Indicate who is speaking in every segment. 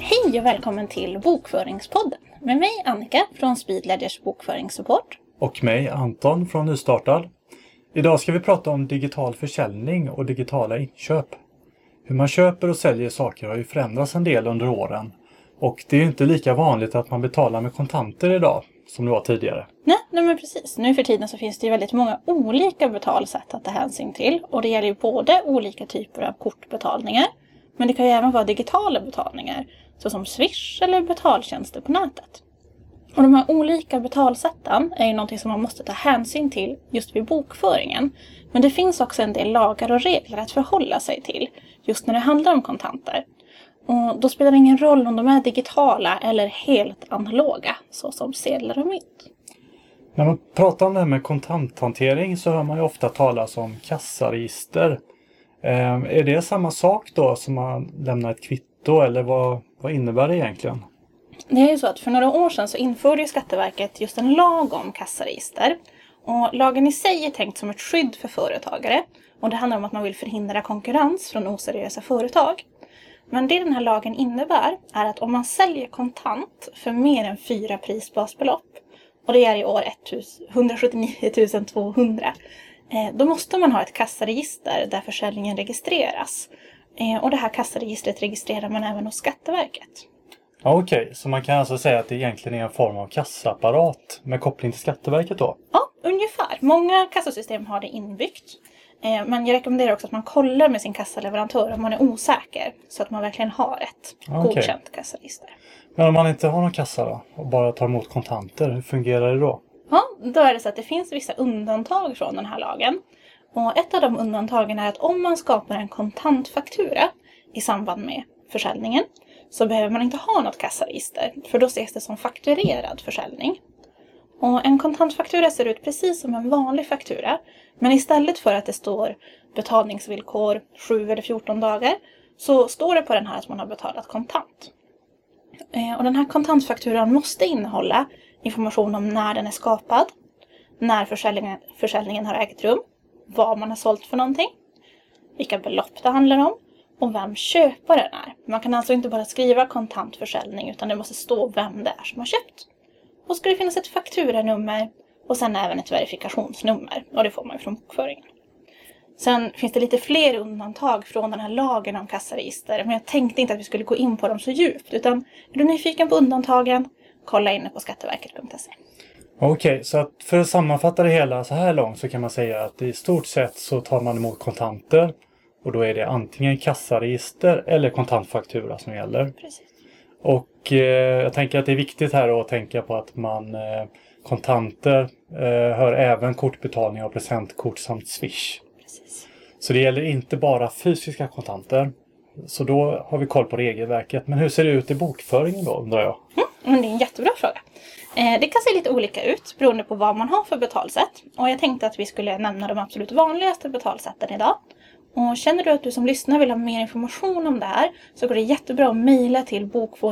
Speaker 1: Hej och välkommen till Bokföringspodden med mig Annika från Speedledgers bokföringssupport.
Speaker 2: Och mig Anton från Nystartad. Idag ska vi prata om digital försäljning och digitala inköp. Hur man köper och säljer saker har ju förändrats en del under åren. Och det är ju inte lika vanligt att man betalar med kontanter idag som det var tidigare.
Speaker 1: Nej men precis. Nu för tiden så finns det ju väldigt många olika betalsätt att ta hänsyn till. Och det gäller ju både olika typer av kortbetalningar. Men det kan ju även vara digitala betalningar. Såsom Swish eller betaltjänster på nätet. Och de här olika betalsätten är ju någonting som man måste ta hänsyn till just vid bokföringen. Men det finns också en del lagar och regler att förhålla sig till just när det handlar om kontanter. Och då spelar det ingen roll om de är digitala eller helt analoga, såsom sedlar och mynt.
Speaker 2: När man pratar om det här med kontanthantering så hör man ju ofta talas om kassaregister. Är det samma sak då som man lämnar ett kvitto eller vad innebär det egentligen?
Speaker 1: Det är ju så att för några år sedan så införde Skatteverket just en lag om kassaregister. Och lagen i sig är tänkt som ett skydd för företagare. Och det handlar om att man vill förhindra konkurrens från oseriösa företag. Men det den här lagen innebär är att om man säljer kontant för mer än 4 prisbasbelopp, och det är i år 179 200, då måste man ha ett kassaregister där försäljningen registreras. Och det här kassaregistret registrerar man även hos Skatteverket.
Speaker 2: Okej, så man kan alltså säga att det egentligen är en form av kassaapparat med koppling till Skatteverket då?
Speaker 1: Ja, ungefär. Många kassasystem har det inbyggt. Men jag rekommenderar också att man kollar med sin kassaleverantör om man är osäker. Så att man verkligen har ett godkänt kassaregister.
Speaker 2: Men om man inte har någon kassa då och bara tar emot kontanter, hur fungerar det då?
Speaker 1: Ja, då är det så att det finns vissa undantag från den här lagen. Och ett av de undantagen är att om man skapar en kontantfaktura i samband med försäljningen så behöver man inte ha något kassaregister, för då ses det som fakturerad försäljning. Och en kontantfaktura ser ut precis som en vanlig faktura, men istället för att det står betalningsvillkor 7 eller 14 dagar så står det på den här att man har betalat kontant. Och den här kontantfakturan måste innehålla information om när den är skapad, när försäljningen har ägt rum, vad man har sålt för någonting, vilka belopp det handlar om och vem köparen är. Man kan alltså inte bara skriva kontantförsäljning utan det måste stå vem det är som har köpt. Och ska det finnas ett fakturanummer och sen även ett verifikationsnummer. Och det får man ju från bokföringen. Sen finns det lite fler undantag från den här lagen om kassaregister. Men jag tänkte inte att vi skulle gå in på dem så djupt. Utan är du nyfiken på undantagen, kolla inne på skatteverket.se.
Speaker 2: Okej, så att för att sammanfatta det hela så här långt så kan man säga att i stort sett så tar man emot kontanter. Och då är det antingen kassaregister eller kontantfaktura som gäller.
Speaker 1: Precis.
Speaker 2: Och jag tänker att det är viktigt här att tänka på att kontanter hör även kortbetalning av presentkort samt Swish.
Speaker 1: Precis.
Speaker 2: Så det gäller inte bara fysiska kontanter. Så då har vi koll på regelverket. Men hur ser det ut i bokföringen då, undrar jag?
Speaker 1: Men det är en jättebra fråga. Det kan se lite olika ut beroende på vad man har för betalsätt. Och jag tänkte att vi skulle nämna de absolut vanligaste betalsätten idag. Och känner du att du som lyssnar vill ha mer information om det här så går det jättebra att mejla till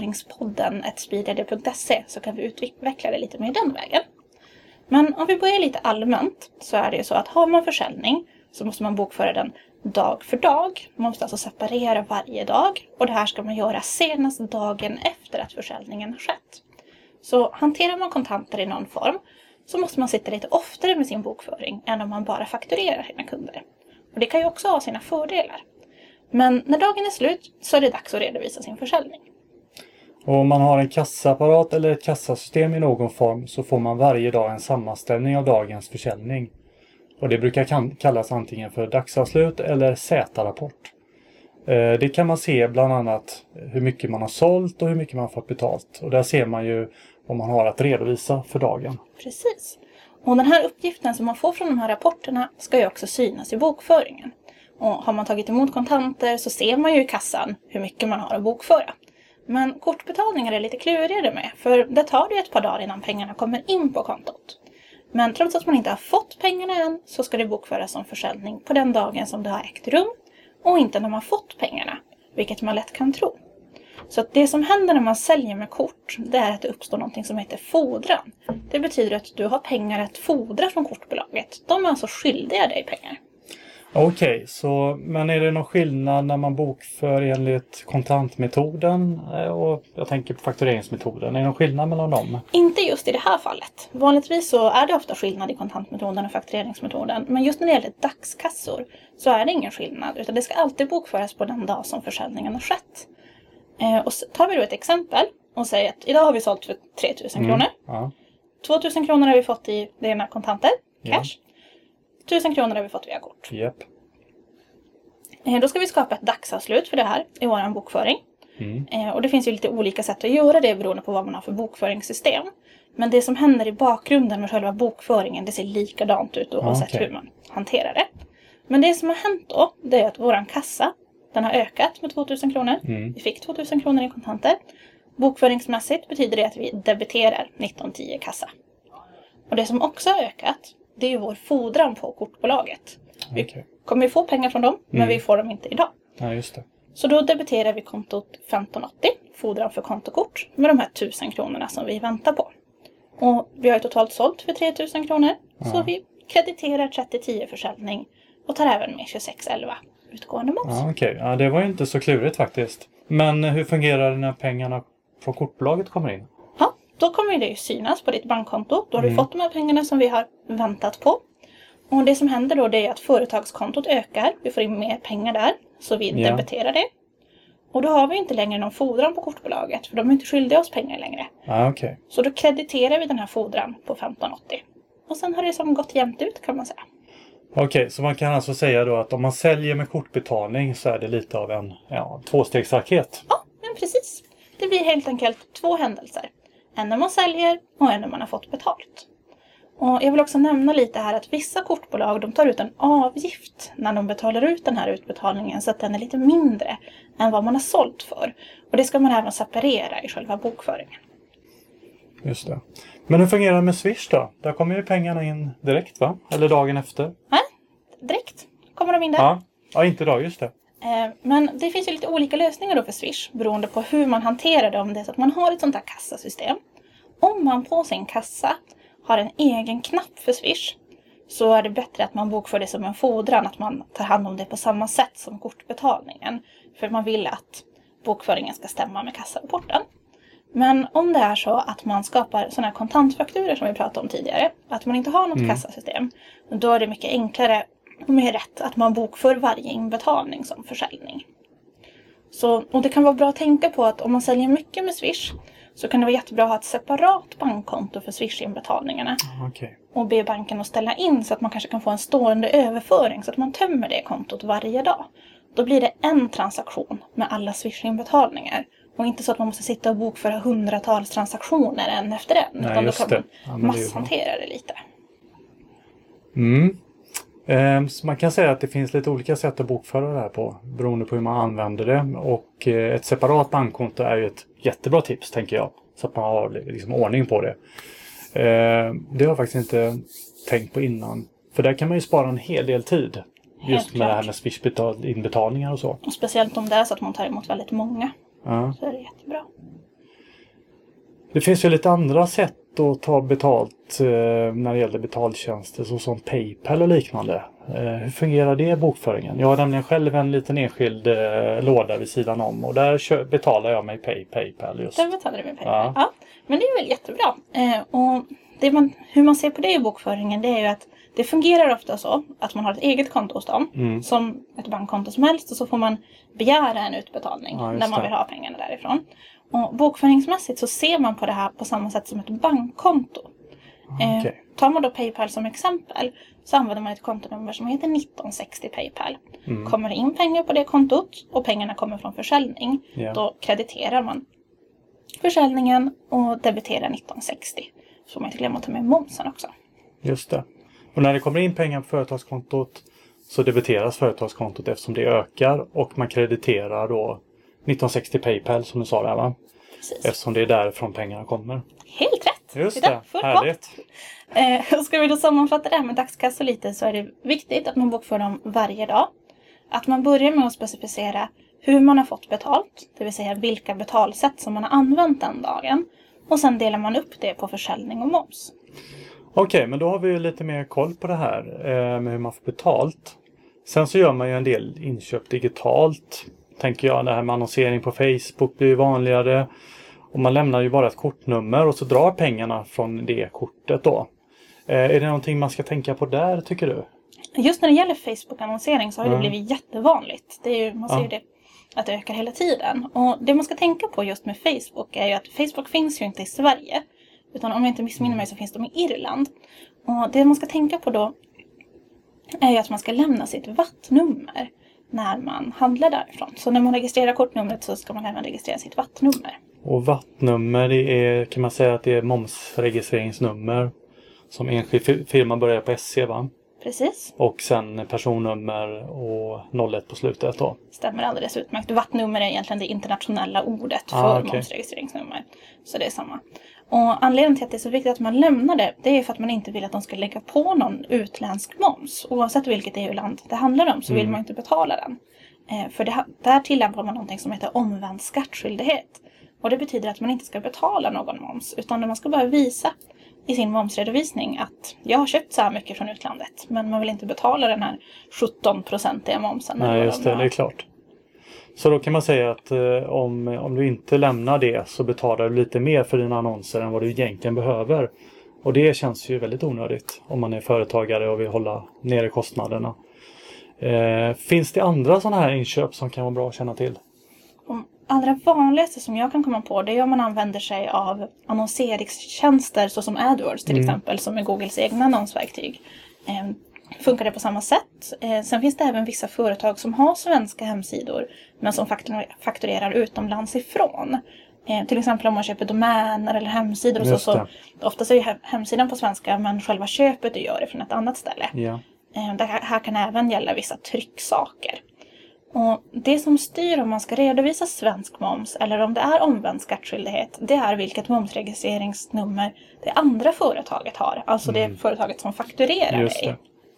Speaker 1: bokföringspodden@speedledger.se så kan vi utveckla det lite mer den vägen. Men om vi börjar lite allmänt så är det ju så att har man försäljning så måste man bokföra den dag för dag. Man måste alltså separera varje dag och det här ska man göra senast dagen efter att försäljningen har skett. Så hanterar man kontanter i någon form så måste man sitta lite oftare med sin bokföring än om man bara fakturerar sina kunder. Och det kan ju också ha sina fördelar. Men när dagen är slut så är det dags att redovisa sin försäljning.
Speaker 2: Och om man har en kassaapparat eller ett kassasystem i någon form så får man varje dag en sammanställning av dagens försäljning. Och det brukar kallas antingen för dagsavslut eller Z-rapport. Det kan man se bland annat hur mycket man har sålt och hur mycket man har fått betalt. Och där ser man ju vad man har att redovisa för dagen.
Speaker 1: Precis. Och den här uppgiften som man får från de här rapporterna ska ju också synas i bokföringen. Och har man tagit emot kontanter så ser man ju i kassan hur mycket man har att bokföra. Men kortbetalningar är lite klurigare med, för det tar ju ett par dagar innan pengarna kommer in på kontot. Men trots att man inte har fått pengarna än så ska det bokföras som försäljning på den dagen som det har ägt rum och inte när man fått pengarna, vilket man lätt kan tro. Så att det som händer när man säljer med kort, det är att det uppstår något som heter fordran. Det betyder att du har pengar att fordra från kortbolaget. De är alltså skyldiga dig pengar.
Speaker 2: Okej, men är det någon skillnad när man bokför enligt kontantmetoden och jag tänker på faktureringsmetoden? Är det någon skillnad mellan dem?
Speaker 1: Inte just i det här fallet. Vanligtvis så är det ofta skillnad i kontantmetoden och faktureringsmetoden. Men just när det gäller dagskassor så är det ingen skillnad. Utan det ska alltid bokföras på den dag som försäljningen har skett. Och tar vi då ett exempel och säger att idag har vi sålt för 3 000 kronor.
Speaker 2: Ja.
Speaker 1: 2 000 kronor har vi fått i rena kontanter, cash.
Speaker 2: Ja.
Speaker 1: 1 000 kronor har vi fått via kort.
Speaker 2: Japp.
Speaker 1: Då ska vi skapa ett dagsavslut för det här i vår bokföring.
Speaker 2: Mm.
Speaker 1: Och det finns ju lite olika sätt att göra det beroende på vad man har för bokföringssystem. Men det som händer i bakgrunden med själva bokföringen, det ser likadant ut oavsett hur man hanterar det. Men det som har hänt då, det är att våran kassa, den har ökat med 2 000 kronor.
Speaker 2: Mm.
Speaker 1: Vi fick 2 000 kronor i kontanter. Bokföringsmässigt betyder det att vi debiterar 1910 kassa. Och det som också har ökat, det är ju vår fordran på kortbolaget. Vi kommer ju få pengar från dem, men vi får dem inte idag.
Speaker 2: Ja, just det.
Speaker 1: Så då debiterar vi kontot 1580, fordran för kontokort, med de här 1000 kronorna som vi väntar på. Och vi har ju totalt sålt för 3000 kronor, så vi krediterar 3010 försäljning och tar även med 2611 utgående moms.
Speaker 2: Ja, okej. Ja, det var ju inte så klurigt faktiskt. Men hur fungerar det när pengarna från kortbolaget kommer in?
Speaker 1: Ja, då kommer det ju synas på ditt bankkonto. Då har du fått de här pengarna som vi har väntat på. Och det som händer då, det är att företagskontot ökar. Vi får in mer pengar där, så vi debiterar det. Och då har vi inte längre någon fordran på kortbolaget, för de är inte skyldiga oss pengar längre.
Speaker 2: Ja, okej.
Speaker 1: Så då krediterar vi den här fordran på 1580. Och sen har det som gått jämnt ut, kan man säga.
Speaker 2: Okej, så man kan alltså säga då att om man säljer med kortbetalning så är det lite av en tvåstegsraket.
Speaker 1: Ja, men precis. Det blir helt enkelt 2 händelser. En när man säljer och en när man har fått betalt. Och jag vill också nämna lite här att vissa kortbolag, de tar ut en avgift när de betalar ut den här utbetalningen, så att den är lite mindre än vad man har sålt för. Och det ska man även separera i själva bokföringen.
Speaker 2: Just det. Men hur fungerar det med Swish då? Där kommer ju pengarna in direkt, va? Eller dagen efter?
Speaker 1: Nej, direkt kommer de in där.
Speaker 2: Ja, inte idag, just det.
Speaker 1: Men det finns ju lite olika lösningar då för Swish, beroende på hur man hanterar det, om det är så att man har ett sånt här kassasystem. Om man på sin kassa har en egen knapp för Swish, så är det bättre att man bokför det som en fordran, att man tar hand om det på samma sätt som kortbetalningen. För man vill att bokföringen ska stämma med kassarapporten. Men om det är så att man skapar sådana här kontantfakturor som vi pratade om tidigare, att man inte har något kassasystem, då är det mycket enklare och mer rätt att man bokför varje inbetalning som försäljning. Och det kan vara bra att tänka på att om man säljer mycket med Swish, så kan det vara jättebra att ha ett separat bankkonto för Swish-inbetalningarna.
Speaker 2: Okay.
Speaker 1: Och be banken att ställa in så att man kanske kan få en stående överföring, så att man tömmer det kontot varje dag. Då blir det en transaktion med alla Swish-inbetalningar. Och inte så att man måste sitta och bokföra hundratals transaktioner en efter en.
Speaker 2: Nej,
Speaker 1: utan då kan man masshantera det lite.
Speaker 2: Så man kan säga att det finns lite olika sätt att bokföra det här på, beroende på hur man använder det. Och ett separat bankkonto är ju ett jättebra tips, tänker jag. Så att man har liksom ordning på det. Det har jag faktiskt inte tänkt på innan. För där kan man ju spara en hel del tid. Just med det här med Swish-inbetalningar och så.
Speaker 1: Och speciellt om det är så att man tar emot väldigt många.
Speaker 2: Ja.
Speaker 1: Så är det jättebra.
Speaker 2: Det finns ju lite andra sätt att ta betalt när det gäller betaltjänster, såsom PayPal och liknande. Hur fungerar det i bokföringen? Jag har nämligen själv en liten enskild låda vid sidan om, och där betalar jag med PayPal just.
Speaker 1: Där betalar du med PayPal, ja. Men det är väl jättebra. Och hur man ser på det i bokföringen, det är ju att det fungerar ofta så att man har ett eget konto hos dem, som ett bankkonto som helst, och så får man begära en utbetalning när man vill ha pengarna därifrån. Och bokföringsmässigt så ser man på det här på samma sätt som ett bankkonto.
Speaker 2: Okay.
Speaker 1: Tar man då PayPal som exempel, så använder man ett kontonummer som heter 1960 PayPal. Kommer det in pengar på det kontot och pengarna kommer från försäljning, då krediterar man försäljningen och debiterar 1960. Så får man inte glömma att ta med momsen också.
Speaker 2: Just det. Och när det kommer in pengar på företagskontot så debiteras företagskontot eftersom det ökar, och man krediterar då 1960 PayPal som du sa där, va?
Speaker 1: Precis.
Speaker 2: Eftersom det är därifrån pengarna kommer.
Speaker 1: Helt rätt!
Speaker 2: Just det, härligt.
Speaker 1: Ska vi då sammanfatta det här med dagskassor lite, så är det viktigt att man bokför dem varje dag. Att man börjar med att specificera hur man har fått betalt, det vill säga vilka betalsätt som man har använt den dagen. Och sen delar man upp det på försäljning och moms.
Speaker 2: Okej, men då har vi ju lite mer koll på det här med hur man får betalt. Sen så gör man ju en del inköp digitalt. Tänker jag, det här med annonsering på Facebook blir vanligare. Och man lämnar ju bara ett kortnummer och så drar pengarna från det kortet då. Är det någonting man ska tänka på där, tycker du?
Speaker 1: Just när det gäller Facebook-annonsering så har det blivit jättevanligt. Det är ju, man ser ju det, att det ökar hela tiden. Och det man ska tänka på just med Facebook är ju att Facebook finns ju inte i Sverige. Utan om jag inte missminner mig så finns de i Irland. Och det man ska tänka på då är ju att man ska lämna sitt VAT-nummer när man handlar därifrån. Så när man registrerar kortnumret så ska man även registrera sitt VAT-nummer.
Speaker 2: Och VAT-nummer, det är, kan man säga att det är momsregistreringsnummer som enskild firma börjar på SC, va?
Speaker 1: Precis.
Speaker 2: Och sen personnummer och 01 på slutet då.
Speaker 1: Stämmer alldeles utmärkt. VAT-nummer är egentligen det internationella ordet för momsregistreringsnummer. Så det är samma. Och anledningen till att det är så viktigt att man lämnar det är för att man inte vill att de ska lägga på någon utländsk moms. Oavsett vilket EU-land det handlar om så vill man inte betala den. För där tillämpar man någonting som heter omvänd skattskyldighet. Och det betyder att man inte ska betala någon moms utan man ska bara visa i sin momsredovisning att jag har köpt så här mycket från utlandet. Men man vill inte betala den här 17-procentiga momsen.
Speaker 2: Nej, just det är klart. Så då kan man säga att om du inte lämnar det så betalar du lite mer för dina annonser än vad du egentligen behöver. Och det känns ju väldigt onödigt om man är företagare och vill hålla nere kostnaderna. Finns det andra sådana här inköp som kan vara bra att känna till?
Speaker 1: De allra vanligaste som jag kan komma på det är om man använder sig av annonseringstjänster såsom AdWords till exempel som är Googles egna annonsverktyg. Funkar det på samma sätt. Sen finns det även vissa företag som har svenska hemsidor men som fakturerar utomlands ifrån. Till exempel om man köper domäner eller hemsidor och så ofta så är hemsidan på svenska men själva köpet du gör det från ett annat ställe.
Speaker 2: Ja.
Speaker 1: Det här kan även gälla vissa trycksaker. Och det som styr om man ska redovisa svensk moms eller om det är omvänd skattskyldighet, det är vilket momsregistreringsnummer det andra företaget har. Alltså det företaget som fakturerar dig.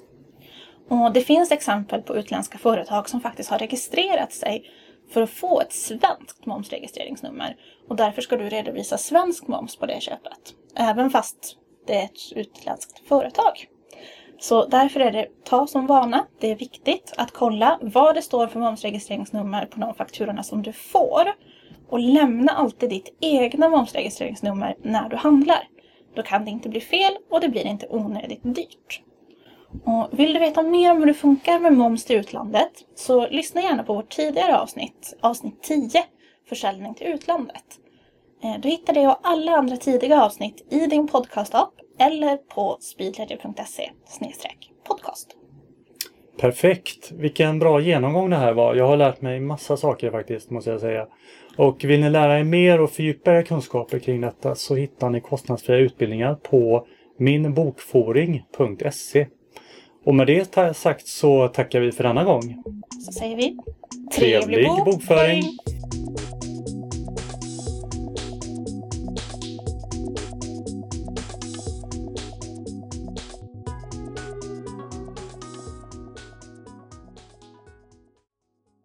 Speaker 1: Och det finns exempel på utländska företag som faktiskt har registrerat sig för att få ett svenskt momsregistreringsnummer. Och därför ska du redovisa svensk moms på det köpet. Även fast det är ett utländskt företag. Så därför är det ta som vana. Det är viktigt att kolla vad det står för momsregistreringsnummer på de fakturorna som du får. Och lämna alltid ditt egna momsregistreringsnummer när du handlar. Då kan det inte bli fel och det blir inte onödigt dyrt. Och vill du veta mer om hur det funkar med moms till utlandet så lyssna gärna på vårt tidigare avsnitt 10, försäljning till utlandet. Du hittar det och alla andra tidiga avsnitt i din podcast-app eller på speedledger.se/podcast.
Speaker 2: Perfekt! Vilken bra genomgång det här var. Jag har lärt mig massa saker faktiskt, måste jag säga. Och vill ni lära er mer och fördjupa era kunskaper kring detta så hittar ni kostnadsfria utbildningar på minbokforing.se. Och med det sagt så tackar vi för denna gång.
Speaker 1: Så säger vi
Speaker 2: trevlig bokföring!